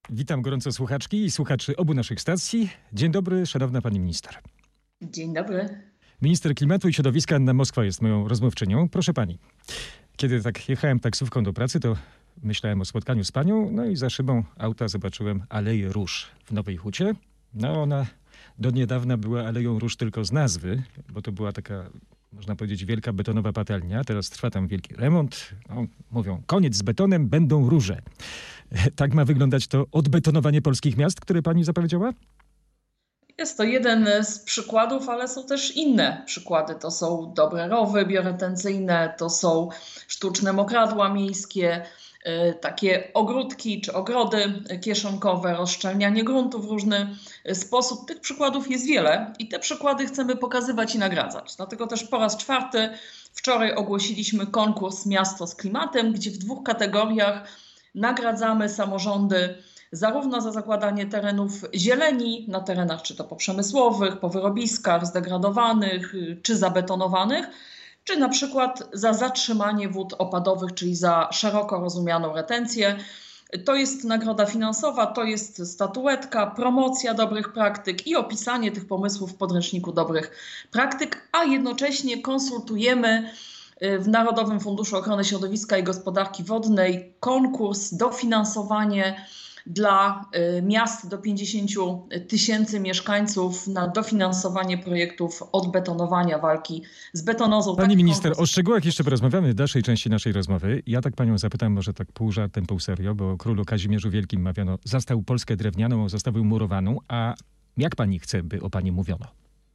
Witam gorąco słuchaczki i słuchaczy obu naszych stacji. Dzień dobry, szanowna pani minister. Dzień dobry. Minister klimatu i środowiska Anna Moskwa jest moją rozmówczynią. Proszę pani, kiedy tak jechałem taksówką do pracy, to myślałem o spotkaniu z panią, no i za szybą auta zobaczyłem Aleję Róż w Nowej Hucie. No ona do niedawna była Aleją Róż tylko z nazwy, bo to była taka, można powiedzieć, wielka betonowa patelnia. Teraz trwa tam wielki remont. No, mówią, koniec z betonem, będą róże. Tak ma wyglądać to odbetonowanie polskich miast, które pani zapowiedziała? Jest to jeden z przykładów, ale są też inne przykłady. To są dobre rowy bioretencyjne, to są sztuczne mokradła miejskie, takie ogródki czy ogrody kieszonkowe, rozszczelnianie gruntu w różny sposób. Tych przykładów jest wiele i te przykłady chcemy pokazywać i nagradzać. Dlatego też po raz czwarty wczoraj ogłosiliśmy konkurs Miasto z klimatem, gdzie w 2 kategoriach nagradzamy samorządy zarówno za zakładanie terenów zieleni na terenach czy to poprzemysłowych, po wyrobiskach zdegradowanych czy zabetonowanych, czy na przykład za zatrzymanie wód opadowych, czyli za szeroko rozumianą retencję. To jest nagroda finansowa, to jest statuetka, promocja dobrych praktyk i opisanie tych pomysłów w podręczniku dobrych praktyk, a jednocześnie konsultujemy w Narodowym Funduszu Ochrony Środowiska i Gospodarki Wodnej konkurs, dofinansowanie dla miast do 50 000 mieszkańców na dofinansowanie projektów odbetonowania, walki z betonozą. Pani minister, o szczegółach jeszcze porozmawiamy w dalszej części naszej rozmowy. Ja tak panią zapytam, może tak pół żartem, pół serio, bo o królu Kazimierzu Wielkim mawiano, zastał Polskę drewnianą, zostawił murowaną, a jak pani chce, by o pani mówiono?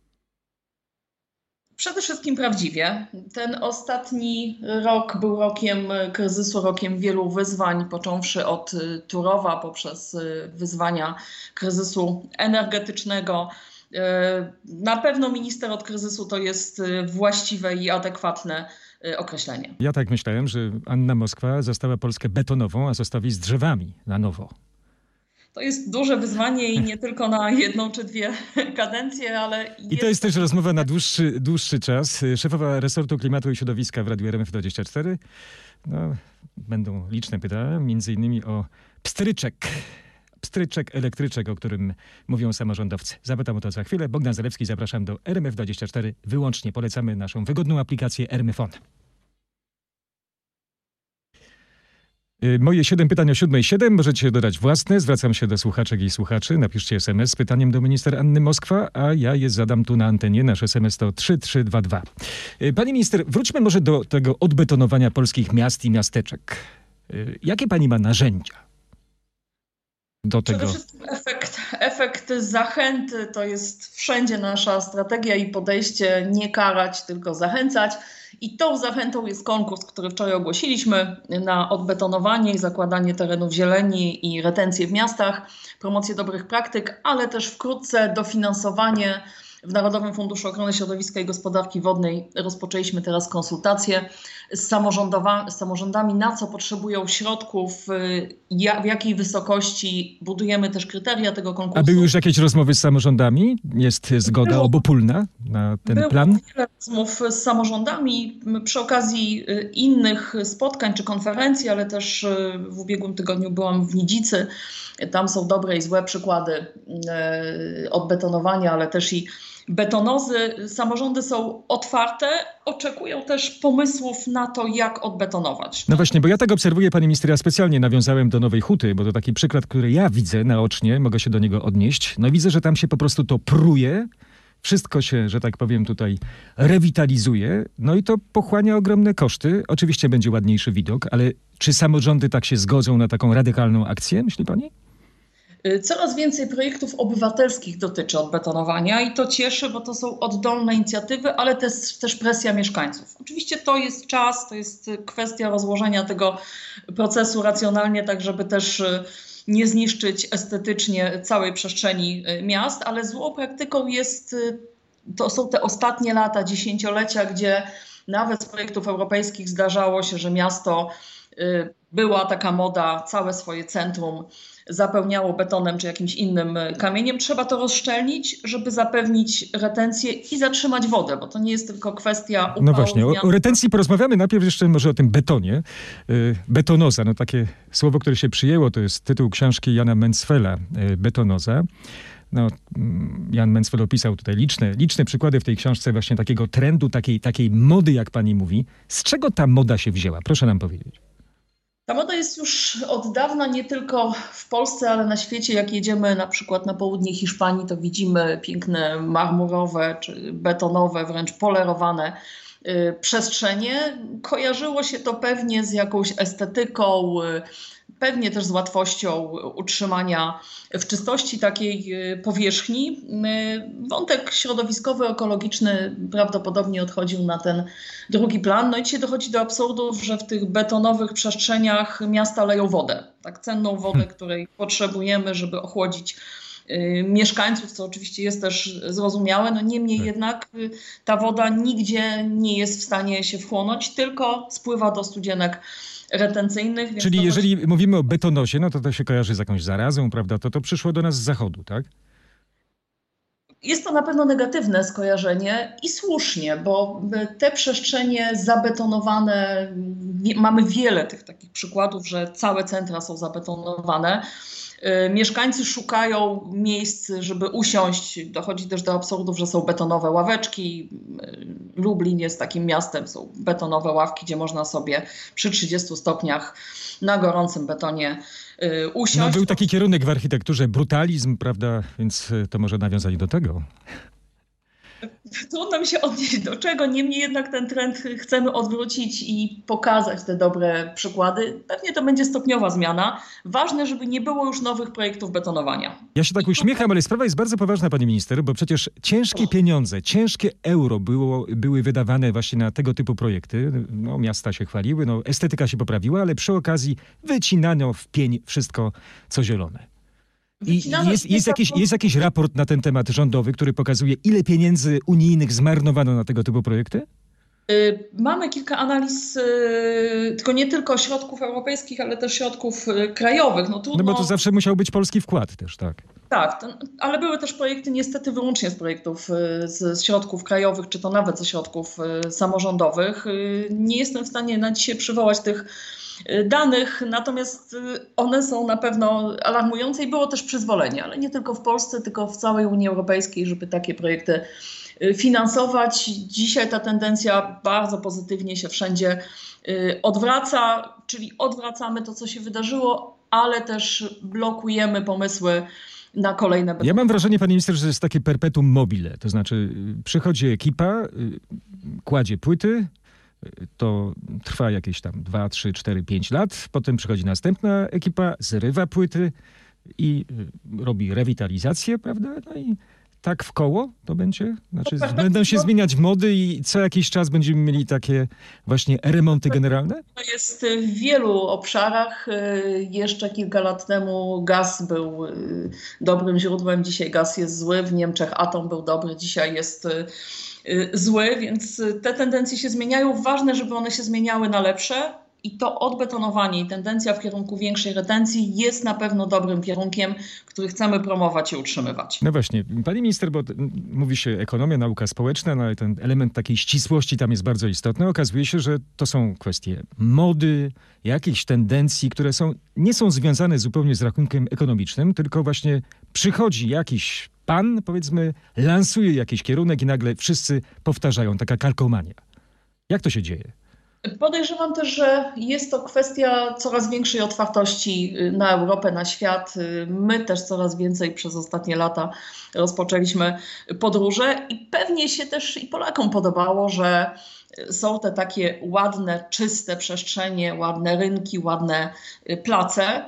Przede wszystkim prawdziwie. Ten ostatni rok był rokiem kryzysu, rokiem wielu wyzwań, począwszy od Turowa, poprzez wyzwania kryzysu energetycznego. Na pewno minister od kryzysu to jest właściwe i adekwatne określenie. Ja tak myślałem, że Anna Moskwa zastała Polskę betonową, a zostawi z drzewami na nowo. To jest duże wyzwanie i nie tylko na 1 czy 2 kadencje, ale... I to jest też rozmowa na dłuższy czas. Szefowa resortu klimatu i środowiska w Radiu RMF24. No, będą liczne pytania, między innymi o pstryczek elektryczek, o którym mówią samorządowcy. Zapytam o to za chwilę. Bogdan Zalewski, zapraszam do RMF24. Wyłącznie polecamy naszą wygodną aplikację RMFON. Moje 7 pytań o 7:07. Możecie dodać własne. Zwracam się do słuchaczek i słuchaczy. Napiszcie SMS z pytaniem do minister Anny Moskwa, a ja je zadam tu na antenie. Nasz SMS to 3322. Pani minister, wróćmy może do tego odbetonowania polskich miast i miasteczek. Jakie pani ma narzędzia do tego? Przede wszystkim efekt zachęty to jest wszędzie nasza strategia i podejście, nie karać, tylko zachęcać. I tą zachętą jest konkurs, który wczoraj ogłosiliśmy na odbetonowanie i zakładanie terenów zieleni i retencje w miastach, promocję dobrych praktyk, ale też wkrótce dofinansowanie. W Narodowym Funduszu Ochrony Środowiska i Gospodarki Wodnej rozpoczęliśmy teraz konsultacje z samorządami, na co potrzebują środków, w jakiej wysokości. Budujemy też kryteria tego konkursu. A były już jakieś rozmowy z samorządami? Jest zgoda obopólna na ten plan? Było wiele rozmów z samorządami przy okazji innych spotkań czy konferencji, ale też w ubiegłym tygodniu byłam w Nidzicy. Tam są dobre i złe przykłady odbetonowania, ale też i betonozy. Samorządy są otwarte, oczekują też pomysłów na to, jak odbetonować. No właśnie, bo ja tak obserwuję, pani minister, ja specjalnie nawiązałem do Nowej Huty, bo to taki przykład, który ja widzę naocznie, mogę się do niego odnieść. No widzę, że tam się po prostu to pruje, wszystko się, że tak powiem, tutaj rewitalizuje, no i to pochłania ogromne koszty. Oczywiście będzie ładniejszy widok, ale czy samorządy tak się zgodzą na taką radykalną akcję, myśli pani? Coraz więcej projektów obywatelskich dotyczy odbetonowania i to cieszy, bo to są oddolne inicjatywy, ale też presja mieszkańców. Oczywiście to jest czas, to jest kwestia rozłożenia tego procesu racjonalnie, tak żeby też nie zniszczyć estetycznie całej przestrzeni miast, ale złą praktyką to są te ostatnie lata, dziesięciolecia, gdzie nawet z projektów europejskich zdarzało się, że miasto była taka moda, całe swoje centrum zapełniało betonem czy jakimś innym kamieniem. Trzeba to rozszczelnić, żeby zapewnić retencję i zatrzymać wodę, bo to nie jest tylko kwestia upału. No właśnie, o retencji porozmawiamy. Najpierw jeszcze może o tym betonie. Betonoza, no takie słowo, które się przyjęło, to jest tytuł książki Jana Mencfela, Betonoza. No, Jan Mencfel opisał tutaj liczne przykłady w tej książce właśnie takiego trendu, takiej mody, jak pani mówi. Z czego ta moda się wzięła? Proszę nam powiedzieć. Ta moda jest już od dawna nie tylko w Polsce, ale na świecie. Jak jedziemy na przykład na południe Hiszpanii, to widzimy piękne marmurowe czy betonowe, wręcz polerowane przestrzenie. Kojarzyło się to pewnie z jakąś estetyką, pewnie też z łatwością utrzymania w czystości takiej powierzchni. Wątek środowiskowy, ekologiczny prawdopodobnie odchodził na ten drugi plan. No i dzisiaj dochodzi do absurdów, że w tych betonowych przestrzeniach miasta leją wodę. Tak cenną wodę, której potrzebujemy, żeby ochłodzić mieszkańców, co oczywiście jest też zrozumiałe. No niemniej jednak ta woda nigdzie nie jest w stanie się wchłonąć, tylko spływa do studzienek retencyjnych. Więc czyli jeżeli mówimy o betonozie, no to się kojarzy z jakąś zarazą, prawda? To przyszło do nas z zachodu, tak? Jest to na pewno negatywne skojarzenie i słusznie, bo te przestrzenie zabetonowane, mamy wiele tych takich przykładów, że całe centra są zabetonowane. Mieszkańcy szukają miejsc, żeby usiąść. Dochodzi też do absurdów, że są betonowe ławeczki. Lublin jest takim miastem, są betonowe ławki, gdzie można sobie przy 30 stopniach na gorącym betonie usiąść. No, był taki kierunek w architekturze, brutalizm, prawda? Więc to może nawiązać do tego. Trudno mi się odnieść do czego, niemniej jednak ten trend chcemy odwrócić i pokazać te dobre przykłady. Pewnie to będzie stopniowa zmiana. Ważne, żeby nie było już nowych projektów betonowania. Ja się tak uśmiecham, ale sprawa jest bardzo poważna, pani minister, bo przecież ciężkie pieniądze, ciężkie euro były wydawane właśnie na tego typu projekty. No, miasta się chwaliły, no, estetyka się poprawiła, ale przy okazji wycinano w pień wszystko, co zielone. I jest jakiś raport na ten temat rządowy, który pokazuje, ile pieniędzy unijnych zmarnowano na tego typu projekty? Mamy kilka analiz, tylko nie tylko środków europejskich, ale też środków krajowych. No bo to zawsze musiał być polski wkład też, tak? Tak, ale były też projekty niestety wyłącznie z projektów z środków krajowych, czy to nawet ze środków samorządowych. Nie jestem w stanie na dzisiaj przywołać tych danych, natomiast one są na pewno alarmujące i było też przyzwolenie, ale nie tylko w Polsce, tylko w całej Unii Europejskiej, żeby takie projekty finansować. Dzisiaj ta tendencja bardzo pozytywnie się wszędzie odwraca, czyli odwracamy to, co się wydarzyło, ale też blokujemy pomysły na kolejne. Ja mam wrażenie, pani minister, że to jest takie perpetuum mobile, to znaczy przychodzi ekipa, kładzie płyty, to trwa jakieś tam 2, 3, 4, 5 lat. Potem przychodzi następna ekipa, zrywa płyty i robi rewitalizację, prawda? No i tak w koło to będzie? Znaczy będą się zmieniać mody i co jakiś czas będziemy mieli takie właśnie remonty generalne? To jest w wielu obszarach. Jeszcze kilka lat temu gaz był dobrym źródłem, dzisiaj gaz jest zły. W Niemczech atom był dobry, dzisiaj jest zły, więc te tendencje się zmieniają. Ważne, żeby one się zmieniały na lepsze i to odbetonowanie i tendencja w kierunku większej retencji jest na pewno dobrym kierunkiem, który chcemy promować i utrzymywać. No właśnie, pani minister, bo mówi się ekonomia, nauka społeczna, no ale ten element takiej ścisłości tam jest bardzo istotny. Okazuje się, że to są kwestie mody, jakichś tendencji, które nie są związane zupełnie z rachunkiem ekonomicznym, tylko właśnie przychodzi jakiś pan, powiedzmy, lansuje jakiś kierunek i nagle wszyscy powtarzają, taka kalkomania. Jak to się dzieje? Podejrzewam też, że jest to kwestia coraz większej otwartości na Europę, na świat. My też coraz więcej przez ostatnie lata rozpoczęliśmy podróże i pewnie się też i Polakom podobało, że są te takie ładne, czyste przestrzenie, ładne rynki, ładne place.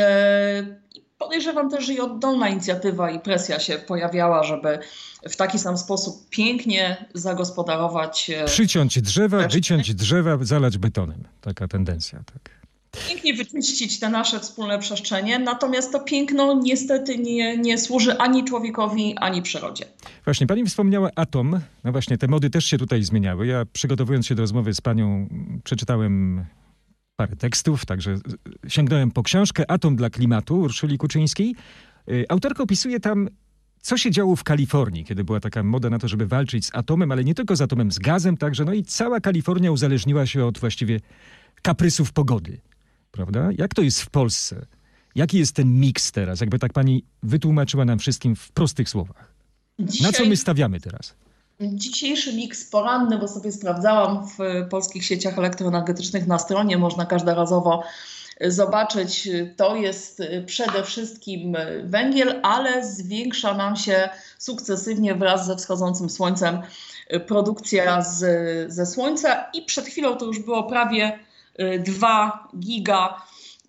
Podejrzewam też, że i oddolna inicjatywa i presja się pojawiała, żeby w taki sam sposób pięknie zagospodarować. Przyciąć drzewa, wyciąć drzewa, zalać betonem. Taka tendencja, tak. Pięknie wyczyścić te nasze wspólne przestrzenie, natomiast to piękno niestety nie służy ani człowiekowi, ani przyrodzie. Właśnie, pani wspomniała atom. No właśnie, te mody też się tutaj zmieniały. Ja przygotowując się do rozmowy z panią, przeczytałem parę tekstów, także sięgnąłem po książkę Atom dla klimatu Urszuli Kuczyńskiej. Autorka opisuje tam, co się działo w Kalifornii, kiedy była taka moda na to, żeby walczyć z atomem, ale nie tylko z atomem, z gazem także. No i cała Kalifornia uzależniła się od właściwie kaprysów pogody. Prawda? Jak to jest w Polsce? Jaki jest ten miks teraz? Jakby tak pani wytłumaczyła nam wszystkim w prostych słowach. Na co my stawiamy teraz? Dzisiejszy miks poranny, bo sobie sprawdzałam w polskich sieciach elektroenergetycznych na stronie, można każdorazowo zobaczyć, to jest przede wszystkim węgiel, ale zwiększa nam się sukcesywnie wraz ze wschodzącym słońcem produkcja ze słońca i przed chwilą to już było prawie 2 giga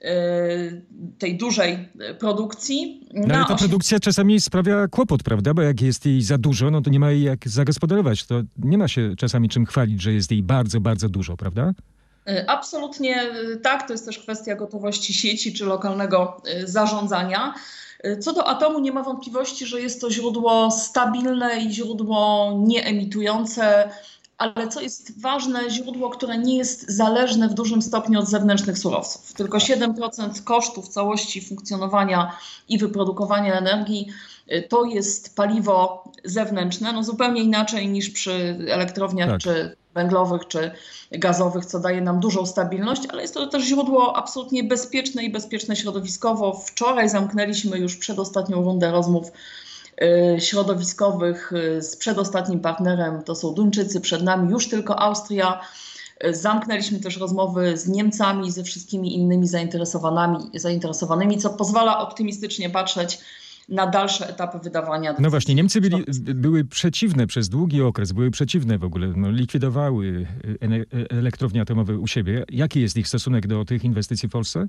tej dużej produkcji. No ale ta produkcja czasami sprawia kłopot, prawda? Bo jak jest jej za dużo, no to nie ma jej jak zagospodarować. To nie ma się czasami czym chwalić, że jest jej bardzo, bardzo dużo, prawda? Absolutnie tak. To jest też kwestia gotowości sieci czy lokalnego zarządzania. Co do atomu nie ma wątpliwości, że jest to źródło stabilne i źródło nieemitujące, ale co jest ważne, źródło, które nie jest zależne w dużym stopniu od zewnętrznych surowców. Tylko 7% kosztów całości funkcjonowania i wyprodukowania energii to jest paliwo zewnętrzne, no zupełnie inaczej niż przy elektrowniach czy węglowych, czy gazowych, co daje nam dużą stabilność, ale jest to też źródło absolutnie bezpieczne i bezpieczne środowiskowo. Wczoraj zamknęliśmy już przedostatnią rundę rozmów środowiskowych z przedostatnim partnerem, to są Duńczycy, przed nami już tylko Austria. Zamknęliśmy też rozmowy z Niemcami, ze wszystkimi innymi zainteresowanymi, co pozwala optymistycznie patrzeć na dalsze etapy wydawania decyzji. No właśnie, Niemcy były przeciwne przez długi okres, były przeciwne w ogóle, likwidowały elektrownie atomowe u siebie. Jaki jest ich stosunek do tych inwestycji w Polsce?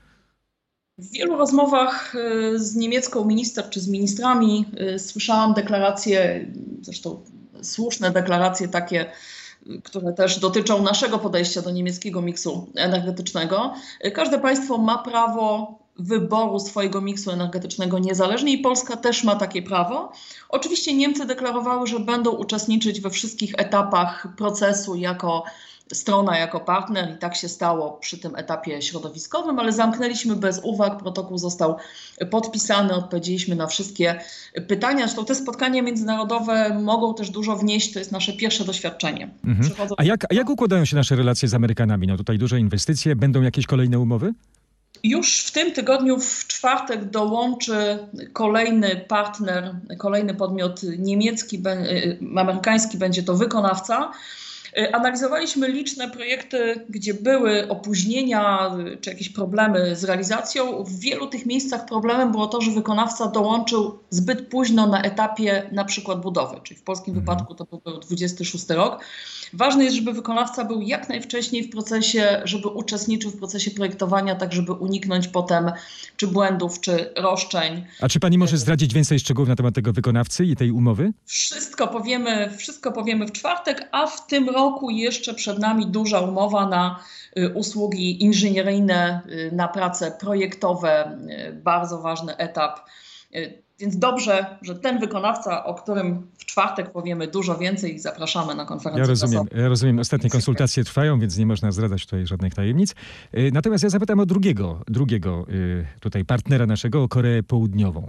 W wielu rozmowach z niemiecką minister czy z ministrami słyszałam deklaracje, zresztą słuszne deklaracje takie, które też dotyczą naszego podejścia do niemieckiego miksu energetycznego. Każde państwo ma prawo wyboru swojego miksu energetycznego niezależnie i Polska też ma takie prawo. Oczywiście Niemcy deklarowały, że będą uczestniczyć we wszystkich etapach procesu jako strona, jako partner i tak się stało przy tym etapie środowiskowym, ale zamknęliśmy bez uwag, protokół został podpisany, odpowiedzieliśmy na wszystkie pytania. Zresztą te spotkania międzynarodowe mogą też dużo wnieść, to jest nasze pierwsze doświadczenie. A jak układają się nasze relacje z Amerykanami? No tutaj duże inwestycje, będą jakieś kolejne umowy? Już w tym tygodniu, w czwartek, dołączy kolejny partner, kolejny podmiot niemiecki, amerykański, będzie to wykonawca. Analizowaliśmy liczne projekty, gdzie były opóźnienia czy jakieś problemy z realizacją. W wielu tych miejscach problemem było to, że wykonawca dołączył zbyt późno na etapie na przykład budowy, czyli w polskim wypadku to był 26 rok. Ważne jest, żeby wykonawca był jak najwcześniej w procesie, żeby uczestniczył w procesie projektowania, tak żeby uniknąć potem czy błędów, czy roszczeń. A czy pani może zdradzić więcej szczegółów na temat tego wykonawcy i tej umowy? Wszystko powiemy w czwartek, a w tym roku jeszcze przed nami duża umowa na usługi inżynieryjne, na prace projektowe, bardzo ważny etap. Więc dobrze, że ten wykonawca, o którym w czwartek powiemy dużo więcej i zapraszamy na konferencję prasową. Ja rozumiem. Ostatnie konsultacje trwają, więc nie można zdradzać tutaj żadnych tajemnic. Natomiast ja zapytam o drugiego tutaj partnera naszego, o Koreę Południową.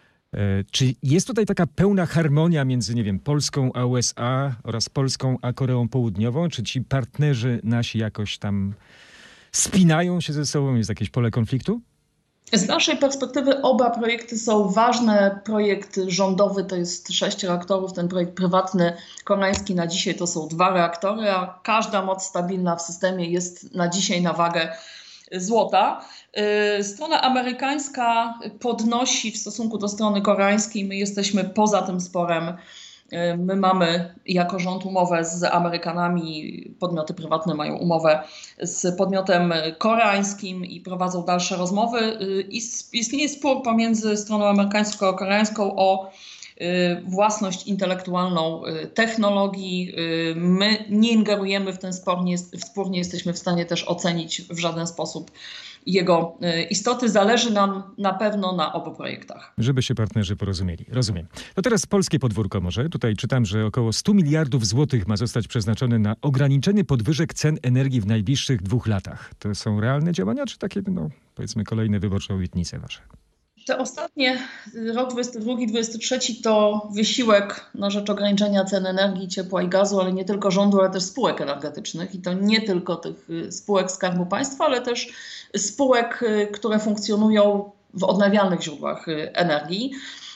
Czy jest tutaj taka pełna harmonia między, nie wiem, Polską a USA oraz Polską a Koreą Południową? Czy ci partnerzy nasi jakoś tam spinają się ze sobą? Jest jakieś pole konfliktu? Z naszej perspektywy oba projekty są ważne. Projekt rządowy to jest 6 reaktorów, ten projekt prywatny koreański na dzisiaj to są 2 reaktory, a każda moc stabilna w systemie jest na dzisiaj na wagę złota. Strona amerykańska podnosi w stosunku do strony koreańskiej, my jesteśmy poza tym sporem. My mamy jako rząd umowę z Amerykanami, podmioty prywatne mają umowę z podmiotem koreańskim i prowadzą dalsze rozmowy. Istnieje spór pomiędzy stroną amerykańską a koreańską o własność intelektualną technologii. My nie ingerujemy w ten spór, nie jesteśmy w stanie też ocenić w żaden sposób jego istoty. Zależy nam na pewno na obu projektach. Żeby się partnerzy porozumieli. Rozumiem. To teraz polskie podwórko może. Tutaj czytam, że około 100 miliardów złotych ma zostać przeznaczone na ograniczenie podwyżek cen energii w najbliższych 2 latach. To są realne działania, czy takie, powiedzmy, kolejne wyborcze obietnice wasze? Te ostatnie, rok 2022-2023 to wysiłek na rzecz ograniczenia cen energii, ciepła i gazu, ale nie tylko rządu, ale też spółek energetycznych. I to nie tylko tych spółek Skarbu Państwa, ale też spółek, które funkcjonują w odnawialnych źródłach energii.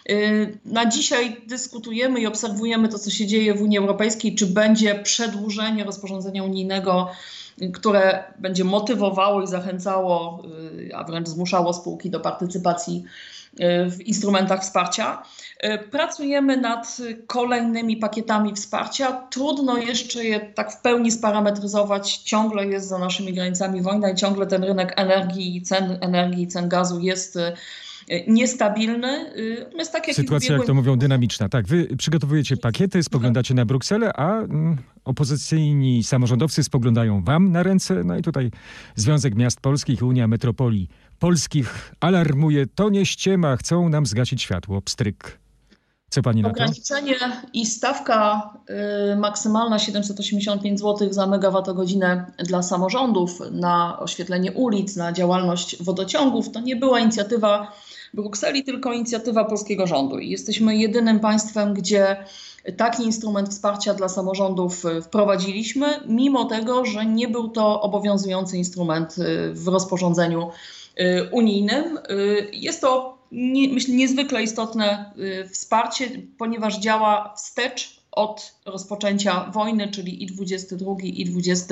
Na dzisiaj dyskutujemy i obserwujemy to, co się dzieje w Unii Europejskiej, czy będzie przedłużenie rozporządzenia unijnego, które będzie motywowało i zachęcało, a wręcz zmuszało spółki do partycypacji w instrumentach wsparcia. Pracujemy nad kolejnymi pakietami wsparcia. Trudno jeszcze je tak w pełni sparametryzować. Ciągle jest za naszymi granicami wojna i ciągle ten rynek energii i cen gazu jest niestabilny. Jest tak, jak sytuacja, jak to mówią, dynamiczna. Tak, wy przygotowujecie pakiety, spoglądacie na Brukselę, a opozycyjni samorządowcy spoglądają wam na ręce. No i tutaj Związek Miast Polskich, Unia Metropolii Polskich alarmuje, to nie ściema, chcą nam zgasić światło. Pstryk. Co pani na to? Ograniczenie i stawka maksymalna 785 zł za megawattogodzinę dla samorządów na oświetlenie ulic, na działalność wodociągów, to nie była inicjatywa Brukseli, tylko inicjatywa polskiego rządu. I jesteśmy jedynym państwem, gdzie taki instrument wsparcia dla samorządów wprowadziliśmy, mimo tego, że nie był to obowiązujący instrument w rozporządzeniu unijnym. Jest to, myślę, niezwykle istotne wsparcie, ponieważ działa wstecz od rozpoczęcia wojny, czyli i 22 i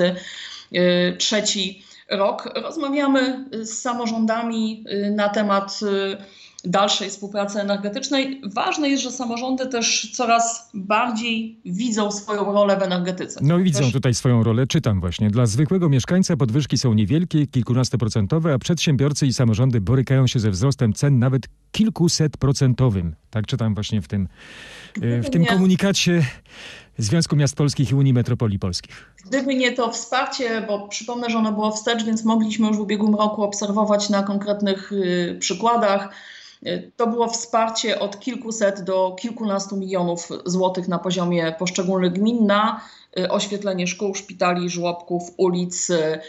23 rok. Rozmawiamy z samorządami na temat dalszej współpracy energetycznej. Ważne jest, że samorządy też coraz bardziej widzą swoją rolę w energetyce. No i widzą tutaj swoją rolę, czytam właśnie. Dla zwykłego mieszkańca podwyżki są niewielkie, kilkunastoprocentowe, a przedsiębiorcy i samorządy borykają się ze wzrostem cen nawet kilkusetprocentowym. Tak czytam właśnie w tym komunikacie Związku Miast Polskich i Unii Metropolii Polskich. Gdyby nie to wsparcie, bo przypomnę, że ono było wstecz, więc mogliśmy już w ubiegłym roku obserwować na konkretnych przykładach. To było wsparcie od kilkuset do kilkunastu milionów złotych na poziomie poszczególnych gmin na oświetlenie szkół, szpitali, żłobków, ulic.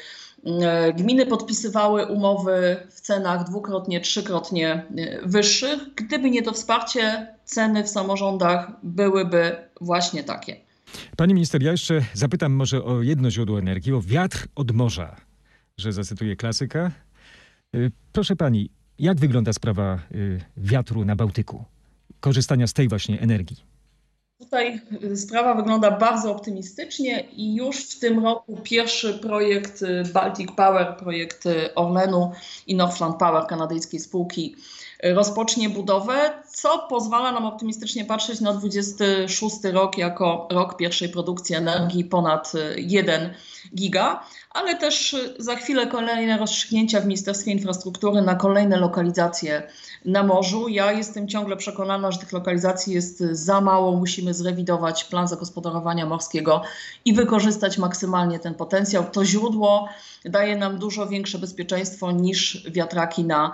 Gminy podpisywały umowy w cenach dwukrotnie, trzykrotnie wyższych. Gdyby nie to wsparcie, ceny w samorządach byłyby właśnie takie. Pani minister, ja jeszcze zapytam może o jedno źródło energii, o wiatr od morza, że zacytuję klasyka. Proszę pani, jak wygląda sprawa wiatru na Bałtyku? Korzystania z tej właśnie energii. Tutaj sprawa wygląda bardzo optymistycznie i już w tym roku pierwszy projekt Baltic Power, projekt Orlenu i Northland Power, kanadyjskiej spółki, rozpocznie budowę, co pozwala nam optymistycznie patrzeć na 26 rok jako rok pierwszej produkcji energii ponad 1 giga, ale też za chwilę kolejne rozstrzygnięcia w Ministerstwie Infrastruktury na kolejne lokalizacje na morzu. Ja jestem ciągle przekonana, że tych lokalizacji jest za mało. Musimy zrewidować plan zagospodarowania morskiego i wykorzystać maksymalnie ten potencjał. To źródło daje nam dużo większe bezpieczeństwo niż wiatraki na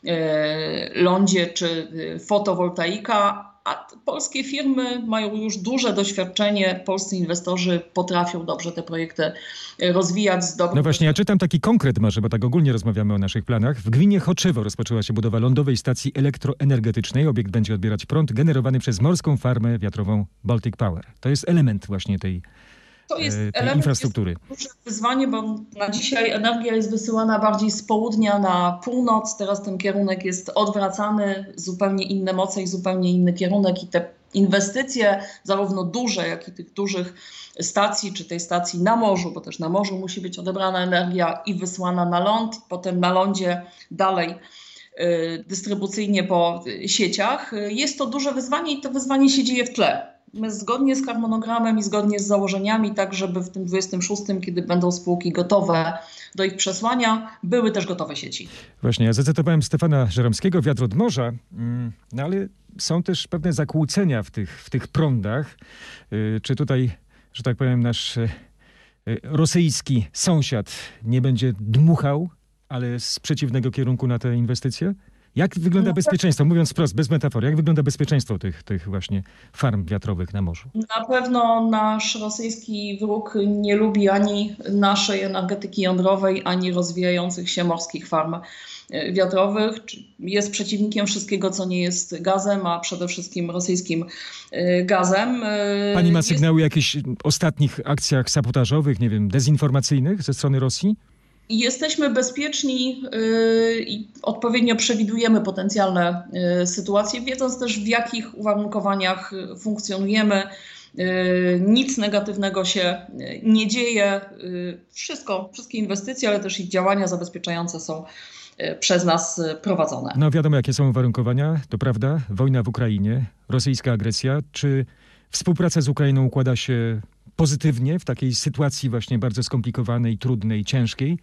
lądzie czy fotowoltaika. A polskie firmy mają już duże doświadczenie, polscy inwestorzy potrafią dobrze te projekty rozwijać z dobrym... No właśnie, ja czytam taki konkret może, bo tak ogólnie rozmawiamy o naszych planach. W gminie Choczewo rozpoczęła się budowa lądowej stacji elektroenergetycznej. Obiekt będzie odbierać prąd generowany przez morską farmę wiatrową Baltic Power. To jest element właśnie tej infrastruktury. To jest duże wyzwanie, bo na dzisiaj energia jest wysyłana bardziej z południa na północ. Teraz ten kierunek jest odwracany, zupełnie inne moce i zupełnie inny kierunek. I te inwestycje, zarówno duże, jak i tych dużych stacji, czy tej stacji na morzu, bo też na morzu musi być odebrana energia i wysłana na ląd, potem na lądzie dalej dystrybucyjnie po sieciach. Jest to duże wyzwanie i to wyzwanie się dzieje w tle. My zgodnie z harmonogramem i zgodnie z założeniami, tak żeby w tym 26, kiedy będą spółki gotowe do ich przesłania, były też gotowe sieci. Właśnie, ja zacytowałem Stefana Żeromskiego, Wiatr od morza, no ale są też pewne zakłócenia w tych prądach. Czy tutaj, że tak powiem, nasz rosyjski sąsiad nie będzie dmuchał, ale z przeciwnego kierunku na te inwestycje? Jak wygląda bezpieczeństwo? Mówiąc wprost, bez metafory, jak wygląda bezpieczeństwo tych właśnie farm wiatrowych na morzu? Na pewno nasz rosyjski wróg nie lubi ani naszej energetyki jądrowej, ani rozwijających się morskich farm wiatrowych. Jest przeciwnikiem wszystkiego, co nie jest gazem, a przede wszystkim rosyjskim gazem. Pani ma sygnały o jakichś ostatnich akcjach sabotażowych, nie wiem, dezinformacyjnych ze strony Rosji? Jesteśmy bezpieczni i odpowiednio przewidujemy potencjalne sytuacje, wiedząc też, w jakich uwarunkowaniach funkcjonujemy. Nic negatywnego się nie dzieje. Wszystkie inwestycje, ale też ich działania zabezpieczające są przez nas prowadzone. No wiadomo, jakie są uwarunkowania, to prawda. Wojna w Ukrainie, rosyjska agresja. Czy współpraca z Ukrainą układa się pozytywnie w takiej sytuacji właśnie bardzo skomplikowanej, trudnej, ciężkiej?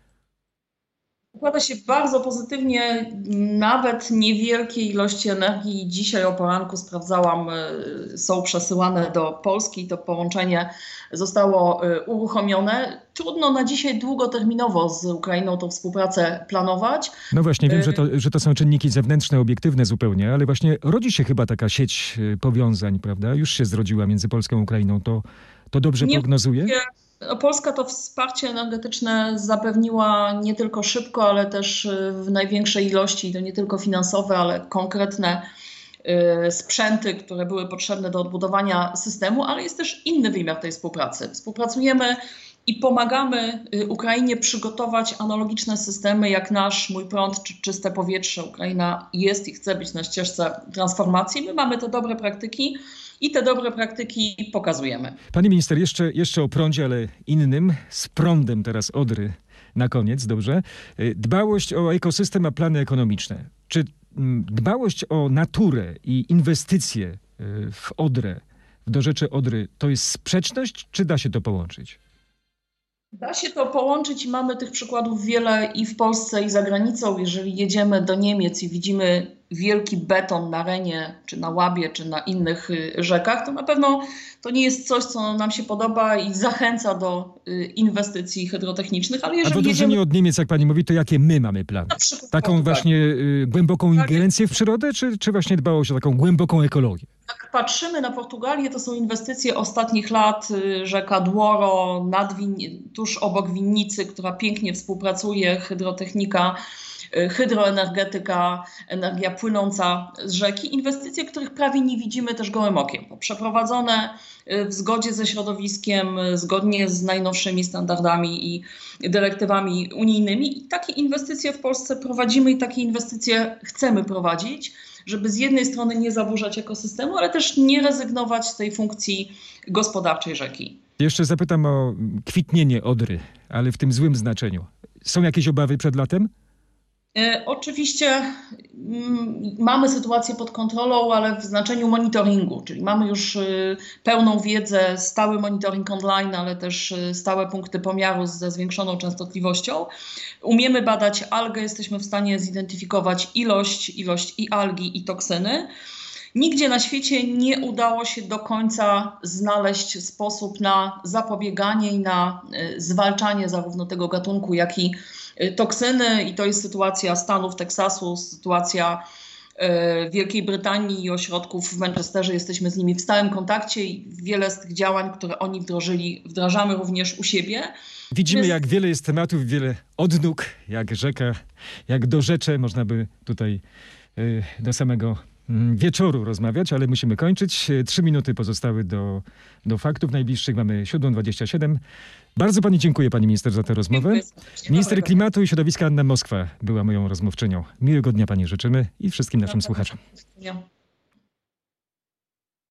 Układa się bardzo pozytywnie, nawet niewielkie ilości energii. Dzisiaj o poranku sprawdzałam, są przesyłane do Polski. To połączenie zostało uruchomione. Trudno na dzisiaj długoterminowo z Ukrainą tą współpracę planować. No właśnie, wiem, że to są czynniki zewnętrzne, obiektywne zupełnie, ale właśnie rodzi się chyba taka sieć powiązań, prawda? Już się zrodziła między Polską a Ukrainą. To dobrze prognozuje? Polska to wsparcie energetyczne zapewniła nie tylko szybko, ale też w największej ilości, to nie tylko finansowe, ale konkretne sprzęty, które były potrzebne do odbudowania systemu, ale jest też inny wymiar tej współpracy. Współpracujemy i pomagamy Ukrainie przygotować analogiczne systemy jak nasz Mój Prąd czy Czyste Powietrze. Ukraina jest i chce być na ścieżce transformacji. My mamy te dobre praktyki i te dobre praktyki pokazujemy. Pani minister, jeszcze o prądzie, ale innym, z prądem teraz Odry na koniec, dobrze? Dbałość o ekosystem, a plany ekonomiczne. Czy dbałość o naturę i inwestycje w Odrę, w dorzecze Odry, to jest sprzeczność, czy da się to połączyć? Da się to połączyć i mamy tych przykładów wiele i w Polsce, i za granicą. Jeżeli jedziemy do Niemiec i widzimy wielki beton na Renie, czy na Łabie, czy na innych rzekach, to na pewno to nie jest coś, co nam się podoba i zachęca do inwestycji hydrotechnicznych. Ale jeżeli a w odróżnieniu od Niemiec, jak pani mówi, to jakie my mamy plany? Taką właśnie głęboką ingerencję w przyrodę, czy właśnie dbałość o taką głęboką ekologię? Jak patrzymy na Portugalię, to są inwestycje ostatnich lat. Rzeka Douro, tuż obok Winnicy, która pięknie współpracuje, hydrotechnika, hydroenergetyka, energia płynąca z rzeki. Inwestycje, których prawie nie widzimy też gołym okiem. Przeprowadzone w zgodzie ze środowiskiem, zgodnie z najnowszymi standardami i dyrektywami unijnymi. I takie inwestycje w Polsce prowadzimy i takie inwestycje chcemy prowadzić, żeby z jednej strony nie zaburzać ekosystemu, ale też nie rezygnować z tej funkcji gospodarczej rzeki. Jeszcze zapytam o kwitnienie Odry, ale w tym złym znaczeniu. Są jakieś obawy przed latem? Oczywiście mamy sytuację pod kontrolą, ale w znaczeniu monitoringu, czyli mamy już pełną wiedzę, stały monitoring online, ale też stałe punkty pomiaru ze zwiększoną częstotliwością. Umiemy badać algę, jesteśmy w stanie zidentyfikować ilość i algi, i toksyny. Nigdzie na świecie nie udało się do końca znaleźć sposób na zapobieganie i na zwalczanie zarówno tego gatunku, jak i toksyny. I to jest sytuacja Stanów, Teksasu, sytuacja Wielkiej Brytanii i ośrodków w Manchesterze. Jesteśmy z nimi w stałym kontakcie i wiele z tych działań, które oni wdrożyli, wdrażamy również u siebie. Widzimy, jak wiele jest tematów, wiele odnóg, jak rzeka, jak do rzeczy. Można by tutaj do samego wieczoru rozmawiać, ale musimy kończyć. 3 minuty pozostały do faktów najbliższych. Mamy 7:27. Bardzo pani dziękuję, pani minister, za tę rozmowę. Minister Klimatu i Środowiska Anna Moskwa była moją rozmówczynią. Miłego dnia pani życzymy i wszystkim naszym słuchaczom.